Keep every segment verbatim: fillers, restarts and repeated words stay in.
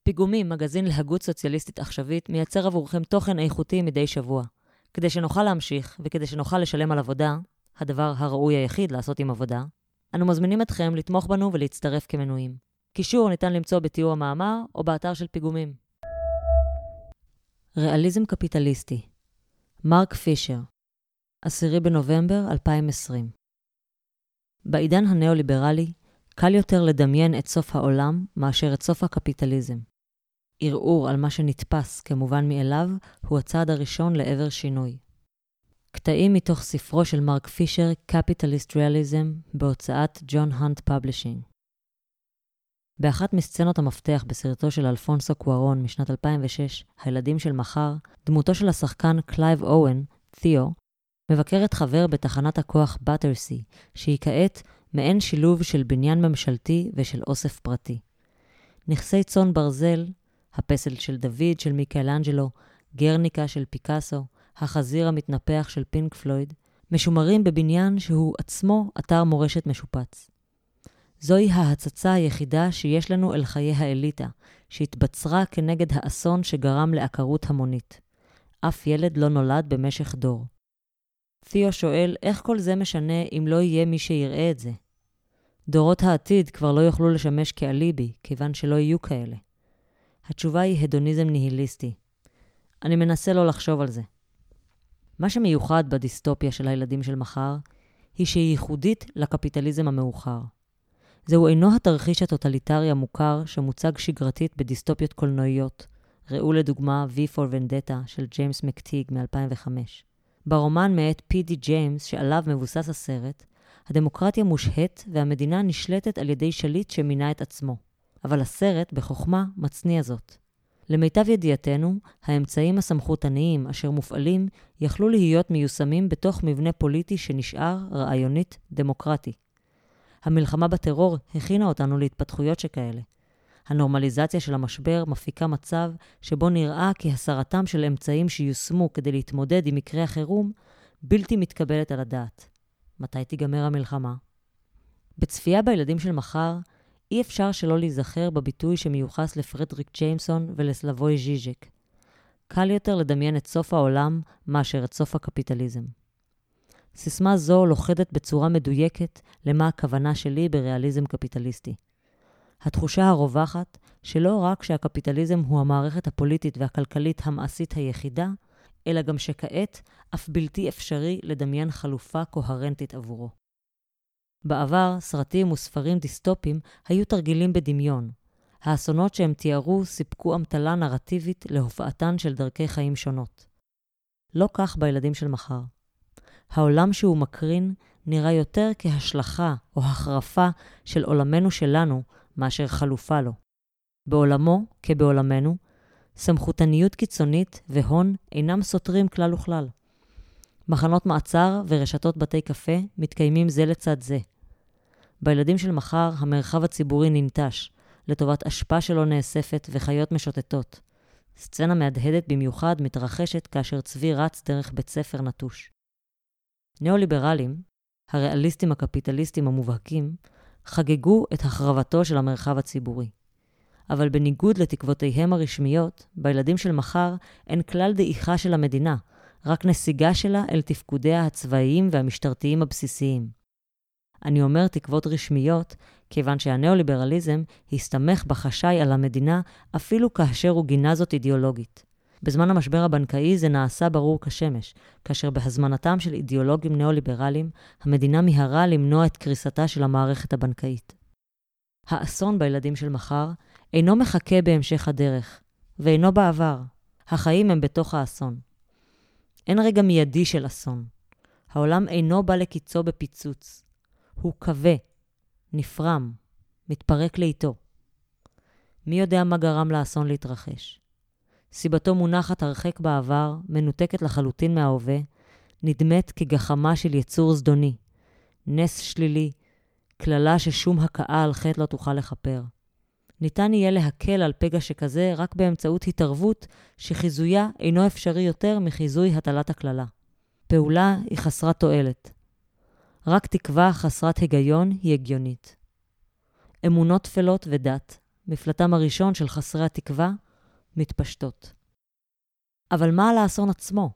פיגומים, מגזין להגות סוציאליסטית עכשווית, מייצר עבורכם תוכן איכותי מדי שבוע. כדי שנוכל להמשיך וכדי שנוכל לשלם על עבודה, הדבר הראוי היחיד לעשות עם עבודה, אנו מזמינים אתכם לתמוך בנו ולהצטרף כמנויים. קישור ניתן למצוא בתיאור המאמר או באתר של פיגומים. ריאליזם קפיטליסטי. מרק פישר, עשירי בנובמבר אלפיים ועשרים. בעידן הנאו-ליברלי, קל יותר לדמיין את סוף העולם מאשר את סוף הקפיטליזם. ערעור על מה שנתפס כמובן מאליו הוא הצעד הראשון לעבר שינוי. קטעים מתוך ספרו של מרק פישר, Capitalist Realism, בהוצאת ג'ון הנט פאבלישינג. באחת מסצנות המפתח בסרטו של אלפונסו קוארון משנת אלפיים ושש, הילדים של מחר, דמותו של השחקן קלייב אוון, תיאו, מבקרת חבר בתחנת הכוח באטרסי, שהיא כעת מעין שילוב של בניין ממשלתי ושל אוסף פרטי. נכסי צאן ברזל, הפסל של דוד של מיכאלנג'לו, גרניקה של פיקאסו, החזיר המתנפח של פינק פלויד, משומרים בבניין שהוא עצמו אתר מורשת משופץ. זוהי ההצצה היחידה שיש לנו אל חיי האליטה, שהתבצרה כנגד האסון שגרם לעקרות המונית. אף ילד לא נולד במשך דור. תיאו שואל איך כל זה משנה אם לא יהיה מי שיראה את זה. דורות העתיד כבר לא יוכלו לשמש כאליבי, כיוון שלא יהיו כאלה. התשובה היא הדוניזם ניהיליסטי. אני מנסה לא לחשוב על זה. מה שמיוחד בדיסטופיה של הילדים של מחר, היא שהיא ייחודית לקפיטליזם המאוחר. זהו אינו התרחיש הטוטליטרי המוכר שמוצג שגרתית בדיסטופיות קולנועיות. ראו לדוגמה V for Vendetta של ג'יימס מקטיג מ-אלפיים וחמש. ברומן מאת פי די ג'יימס שעליו מבוסס הסרט, הדמוקרטיה מושהת והמדינה נשלטת על ידי שליט שמינה את עצמו. אבל הסרט בחוכמה מצניע זאת. למיטב ידיעתנו, האמצעים הסמכותניים אשר מופעלים יכלו להיות מיושמים בתוך מבנה פוליטי שנשאר רעיונית דמוקרטי. המלחמה בטרור הכינה אותנו להתפתחויות שכאלה. הנורמליזציה של המשבר מפיקה מצב שבו נראה כי הסרתם של אמצעים שיושמו כדי להתמודד עם מקרי החירום בלתי מתקבלת על הדעת. מתי תיגמר המלחמה? בצפייה בילדים של מחר, אי אפשר שלא להיזכר בביטוי שמיוחס לפרדריק ג'יימסון ולסלבוי ז'יז'ק. קל יותר לדמיין את סוף העולם מאשר את סוף הקפיטליזם. סיסמה זו לוחדת בצורה מדויקת למה הכוונה שלי בריאליזם קפיטליסטי. התחושה הרווחת שלא רק שהקפיטליזם הוא המערכת הפוליטית והכלכלית המעשית היחידה, אלא גם שכעת אף בלתי אפשרי לדמיין חלופה קוהרנטית עבורו. בעבר, סרטים וספרים דיסטופיים היו תרגילים בדמיון. האסונות שהם תיארו סיפקו אמתלה נרטיבית להופעתן של דרכי חיים שונות. לא כך בילדים של מחר. העולם שהוא מקרין נראה יותר כהשלכה או החרפה של עולמנו שלנו מאשר חלופה לו. בעולמו, כבעולמנו, סמכותניות קיצונית והון אינם סותרים כלל וכלל. מחנות מעצר ורשתות בתי קפה מתקיימים זה לצד זה. בילדים של מחר המרחב הציבורי ננטש, לטובת אשפה שלא נאספת וחיות משוטטות. סצנה מהדהדת במיוחד מתרחשת כאשר צבי רץ דרך בית ספר נטוש. ניאו-ליברלים, הריאליסטים הקפיטליסטים המובהקים, חגגו את החרבתו של המרחב הציבורי. אבל בניגוד לתקוותיהם הרשמיות, בילדים של מחר אין כלל דעיכה של המדינה, רק נסיגה שלה אל תפקודיה הצבאיים והמשטרתיים הבסיסיים. אני אומר תקוות רשמיות, כיוון שהניאו-ליברליזם הסתמך בחשאי על המדינה אפילו כאשר הוא גינה זאת אידיאולוגית. בזמן המשבר הבנקאי זה נעשה ברור כשמש, כאשר בהזמנתם של אידיאולוגים ניאו-ליברליים, המדינה מיהרה למנוע את קריסתה של המערכת הבנקאית. האסון בילדים של מחר אינו מחכה בהמשך הדרך, ואינו בעבר. החיים הם בתוך האסון. אין רגע מיידי של אסון. העולם אינו בא לקיצו בפיצוץ. הוא קווה, נפרם, מתפרק לאיתו. מי יודע מה גרם לאסון להתרחש? סיבתו מונחת הרחק בעבר, מנותקת לחלוטין מההווה, נדמת כגחמה של יצור זדוני, נס שלילי, כללה ששום הכאה על חטא לא תוכל לחפר. ניתן יהיה להקל על פגע שכזה רק באמצעות התערבות שחיזויה אינו אפשרי יותר מחיזוי הטלת הכללה. פעולה היא חסרת תועלת. רק תקווה חסרת היגיון היא הגיונית. אמונות תפלות ודת, מפלטם הראשון של חסרי התקווה, מתפשטות. אבל מה על האסון עצמו?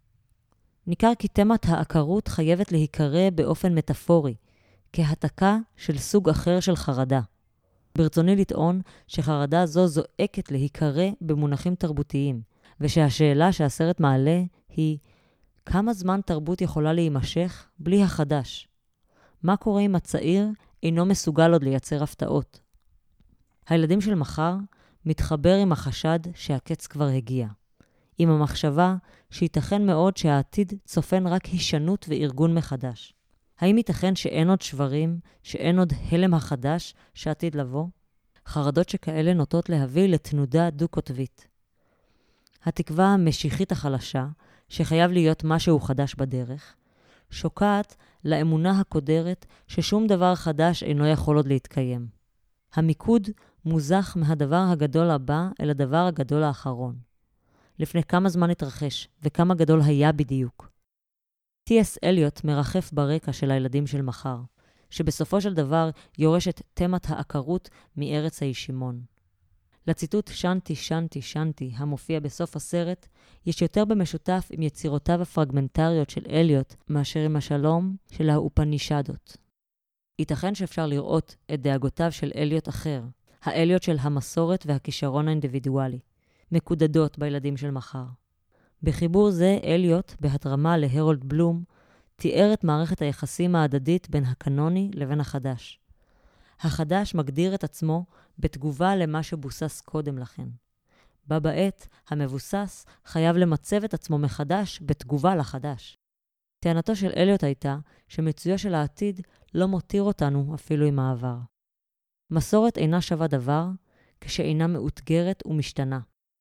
ניכר כי תמת העקרות חייבת להיקרא באופן מטאפורי, כהתקה של סוג אחר של חרדה. ברצוני לטעון שחרדה זו זועקת להיקרא במונחים תרבותיים, ושהשאלה שהסרט מעלה היא כמה זמן תרבות יכולה להימשך בלי החדש? מה קורה אם הצעיר אינו מסוגל עוד לייצר הפתעות? הילדים של מחר מתחבר עם החשד שהקץ כבר הגיע, עם המחשבה שייתכן מאוד שהעתיד צופן רק הישנות וארגון מחדש. האם ייתכן שאין עוד שברים, שאין עוד הלם החדש שעתיד לבוא? חרדות שכאלה נוטות להביא לתנודה דו-קוטבית. התקווה המשיחית החלשה, שחייב להיות משהו חדש בדרך, שוקעת לאמונה הקודרת ששום דבר חדש אינו יכול עוד להתקיים. המיקוד מוזח מהדבר הגדול הבא אל הדבר הגדול האחרון. לפני כמה זמן התרחש וכמה גדול היה בדיוק. טי אס אליוט מרחף ברקע של הילדים של מחר, שבסופו של דבר יורש את תמת העקרות מארץ הישימון. לציטוט שנתי שנתי שנתי המופיע בסוף הסרט, יש יותר במשותף עם יצירותיו הפרגמנטריות של אליוט מאשר עם השלום של האופנישדות. ייתכן שאפשר לראות את דאגותיו של אליוט אחר, האליוט של המסורת והכישרון האינדיבידואלי, מקודדות בילדים של מחר. בחיבור זה אליוט, בהתרמה להרולד בלום, תיאר את מערכת היחסים ההדדית בין הקנוני לבין החדש. החדש מגדיר את עצמו בתגובה למה שבוסס קודם לכן. בה בעת, המבוסס חייב למצב את עצמו מחדש בתגובה לחדש. טענתו של אליוט הייתה שמצויו של העתיד לא מותיר אותנו אפילו עם העבר. מסורת אינה שווה דבר כשאינה מאותגרת ומשתנה.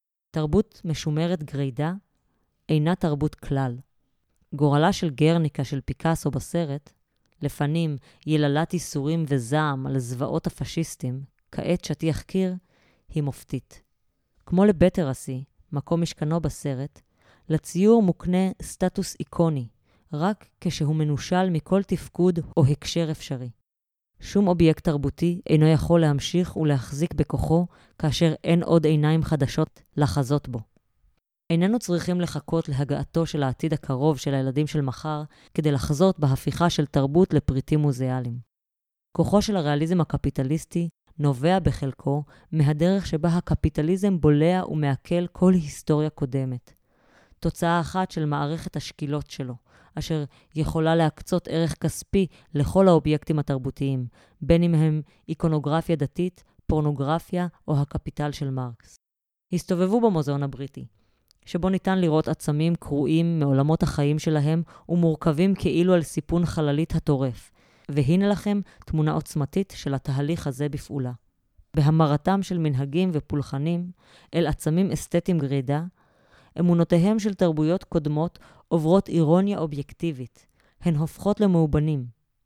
תרבות משומרת גרידה אינה תרבות כלל. גורלה של גרניקה של פיקאסו בסרט, לפנים יללת איסורים וזעם על זוועות הפשיסטים, כעת שטיח קיר, היא מופתית. כמו לבטרסי, מקום משכנו בסרט, לציור מוקנה סטטוס איקוני, רק כשהוא מנושל מכל תפקוד או הקשר אפשרי. שום אובייקט תרבותי אינו יכול להמשיך ולהחזיק בכוחו כאשר אין עוד עיניים חדשות לחזות בו. איננו צריכים לחכות להגעתו של העתיד הקרוב של הילדים של מחר כדי לחזות בהפיכה של תרבות לפריטים מוזיאליים. כוחו של הריאליזם הקפיטליסטי נובע בחלקו מהדרך שבה הקפיטליזם בולע ומעכל כל היסטוריה קודמת. תוצאה אחת של מערכת השקילות שלו, אשר יכולה להקצות ערך כספי לכל האובייקטים התרבותיים, בין אם הם איקונוגרפיה דתית, פורנוגרפיה או הקפיטל של מרקס. הסתובבו במוזיאון הבריטי, שבו ניתן לראות עצמים קרועים מעולמות החיים שלהם ומורכבים כאילו על סיפון חללית הטורף, והנה לכם תמונה עוצמתית של התהליך הזה בפעולה. בהמרתם של מנהגים ופולחנים אל עצמים אסתטיים גרידה, אמונותיהם של תרבויות קודמות עוברות אירוניה אובייקטיבית, הן הופכות למאובנים.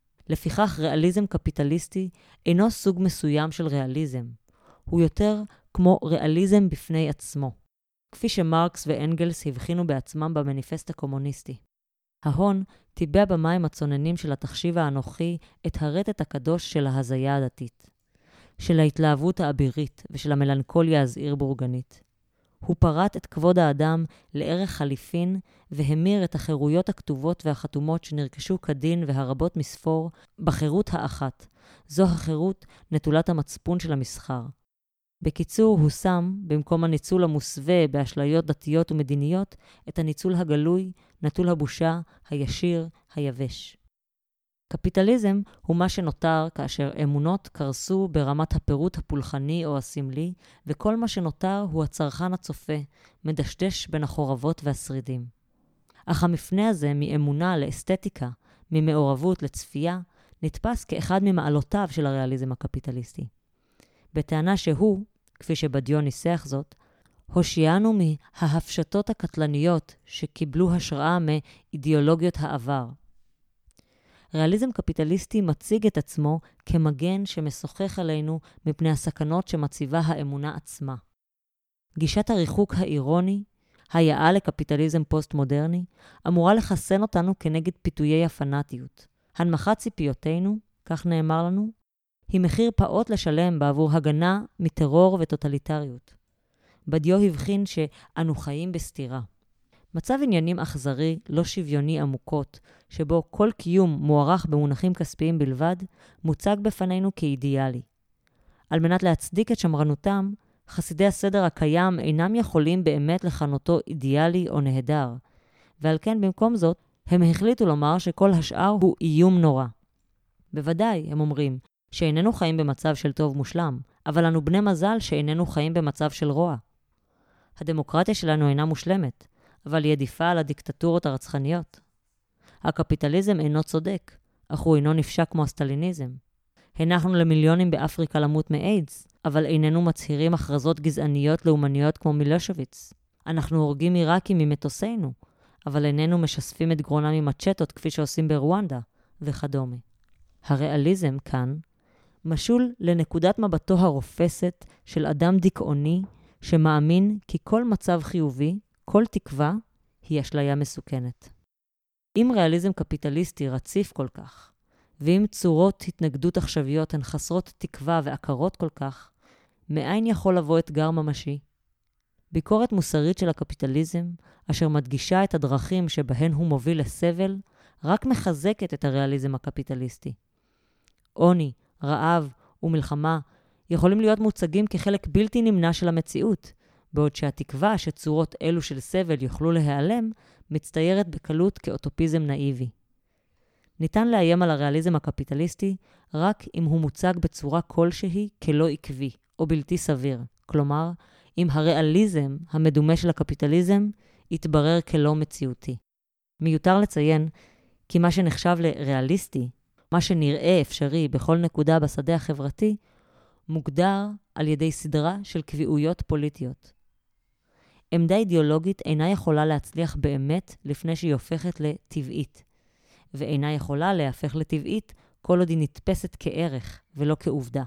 לפיכך ריאליזם קפיטליסטי אינו סוג מסוים של ריאליזם, הוא יותר כמו ריאליזם בפני עצמו, כפי שמרקס ואנגלס הבחינו בעצמם במניפסט הקומוניסטי. ההון טיבע במים הצוננים של התחשיב האנוכי את הרטט הקדוש של ההזיה הדתית, של ההתלהבות האבירית ושל המלנכוליה הזעיר בורגנית. הוא פרט את כבוד האדם לערך חליפין והמיר את החירויות הכתובות והחתומות שנרכשו כדין והרבות מספור בחירות האחת, זו החירות נטולת המצפון של המסחר. בקיצור, הוא שם, במקום הניצול המוסווה באשליות דתיות ומדיניות, את הניצול הגלוי, נטול הבושה, הישיר, היבש. קפיטליזם הוא מה שנותר כאשר אמונות קרסו ברמת הפירוט הפולחני או הסמלי, וכל מה שנותר הוא הצרכן הצופה, מדשדש בין החורבות והשרידים. אך המפנה הזה מאמונה לאסתטיקה, ממעורבות לצפייה, נתפס כאחד ממעלותיו של הריאליזם הקפיטליסטי. בטענה שהוא, כפי שבדיון ניסח זאת, הושיענו מההפשטות הקטלניות שקיבלו השראה מאידיאולוגיות העבר. ריאליזם קפיטליסטי מציג את עצמו כמגן שמשוחח עלינו מפני הסכנות שמציבה האמונה עצמה. גישת הריחוק האירוני, היאה לקפיטליזם פוסט-מודרני, אמורה לחסן אותנו כנגד פיתויי הפנאטיות. הנמכת ציפיותינו, כך נאמר לנו, היא מחיר פעוט לשלם בעבור הגנה מטרור וטוטליטריות. בדיו הבחין שאנו חיים בסתירה. מצב עניינים אכזרי, לא שוויוני עמוקות, שבו כל קיום מוערך במונחים כספיים בלבד, מוצג בפנינו כאידיאלי. על מנת להצדיק את שמרנותם, חסידי הסדר הקיים אינם יכולים באמת לכנותו אידיאלי או נהדר, ועל כן במקום זאת, הם החליטו לומר שכל השאר הוא איום נורא. בוודאי, הם אומרים, שאיננו חיים במצב של טוב מושלם, אבל אנו בני מזל שאיננו חיים במצב של רוע. הדמוקרטיה שלנו אינה מושלמת, אבל היא עדיפה על הדיקטטורות הרצחניות. הקפיטליזם אינו צודק, אך הוא אינו נפשע כמו הסטליניזם. הנחנו למיליונים באפריקה למות מאיידס, אבל איננו מצהירים הכרזות גזעניות לאומניות כמו מילושוויץ. אנחנו הורגים עיראקים ממטוסינו, אבל איננו משספים את גרונם עם מצ'טות כפי שעושים ברואנדה, וכדומה. הריאליזם כאן משול לנקודת מבטו הרופסת של אדם דיכאוני שמאמין כי כל מצב חיובי, כל תקווה, היא אשליה מסוכנת. אם ריאליזם קפיטליסטי רציף כל כך, ואם צורות התנגדות עכשוויות הן חסרות תקווה ועקרות כל כך, מאין יכול לבוא אתגר ממשי? ביקורת מוסרית של הקפיטליזם, אשר מדגישה את הדרכים שבהן הוא מוביל לסבל, רק מחזקת את הריאליזם הקפיטליסטי. עוני, רעב ומלחמה יכולים להיות מוצגים כחלק בלתי נמנע של המציאות, בעוד שהתקווה שצורות אלו של סבל יוכלו להיעלם, מצטיירת בקלות כאוטופיזם נאיבי. ניתן לאיים על הריאליזם הקפיטליסטי רק אם הוא מוצג בצורה כלשהי כלא עקבי או בלתי סביר. כלומר, אם הריאליזם המדומה של הקפיטליזם יתברר כלא מציאותי. מיותר לציין כי מה שנחשב לריאליסטי, מה שנראה אפשרי בכל נקודה בשדה החברתי, מוגדר על ידי סדרה של קביעויות פוליטיות. עמדה אידיאולוגית אינה יכולה להצליח באמת לפני שהיא הופכת לטבעית, ואינה יכולה להפך לטבעית כל עוד היא נתפסת כערך ולא כעובדה.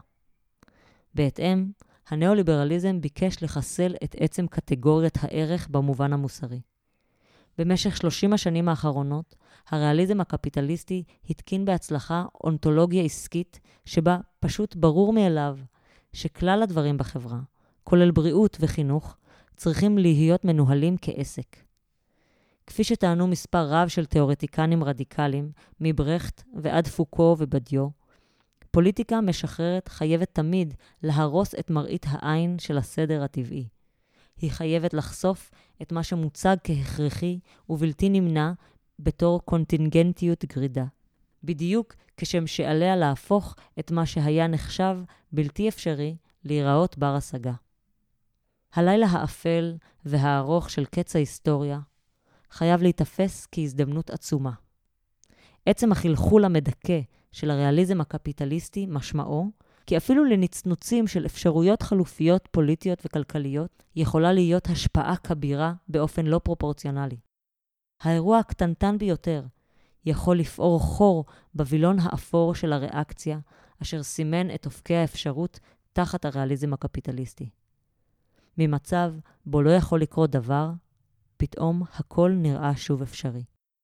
בהתאם, הנאו-ליברליזם ביקש לחסל את עצם קטגוריית הערך במובן המוסרי. במשך שלושים השנים האחרונות, הריאליזם הקפיטליסטי התקין בהצלחה אונתולוגיה עסקית שבה פשוט ברור מאליו שכלל הדברים בחברה, כולל בריאות וחינוך, צריכים להיות מנוהלים כעסק. כפי שטענו מספר רב של תיאורטיקנים רדיקליים, מברכט ועד פוקו ובדיו, פוליטיקה משחררת חייבת תמיד להרוס את מראית העין של הסדר הטבעי. היא חייבת לחשוף את מה שמוצג כהכרחי ובלתי נמנע בתור קונטינגנטיות גרידה. בדיוק כשם שעליה להפוך את מה שהיה נחשב בלתי אפשרי להיראות בר השגה. הלילה האפל והארוך של קץ ההיסטוריה חייב להתאפס כהזדמנות עצומה. עצם החלחול המדכא של הריאליזם הקפיטליסטי משמעו, כי אפילו לנצנוצים של אפשרויות חלופיות פוליטיות וכלכליות יכולה להיות השפעה כבירה באופן לא פרופורציונלי. האירוע הקטנטן ביותר יכול לפעור חור בווילון האפור של הריאקציה, אשר סימן את אופקי האפשרות תחת הריאליזם הקפיטליסטי. ממצב בו לא יכול לקרות דבר, פתאום הכל נראה שוב אפשרי.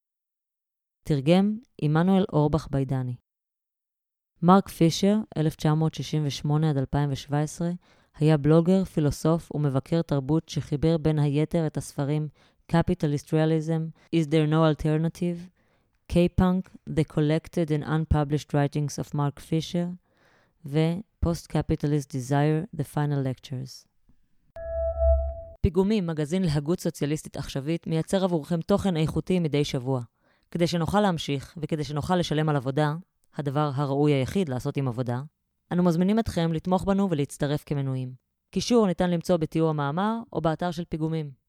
תרגם עמנואל אורבך ביידני. מרק פישר, אלף תשע מאות שישים ושמונה עד אלפיים שבע עשרה, היה בלוגר, פילוסוף ומבקר תרבות שחיבר בין היתר את הספרים Capitalist Realism, Is There No Alternative, K-Punk, The Collected and Unpublished Writings of Mark Fisher, ו-Post-Capitalist Desire, The Final Lectures. פיגומים, מגזין להגות סוציאליסטית עכשווית, מייצר עבורכם תוכן איכותי מדי שבוע. כדי שנוכל להמשיך וכדי שנוכל לשלם על עבודה, הדבר הראוי היחיד לעשות עם עבודה, אנו מזמינים אתכם לתמוך בנו ולהצטרף כמנויים. קישור ניתן למצוא בתיאור המאמר או באתר של פיגומים.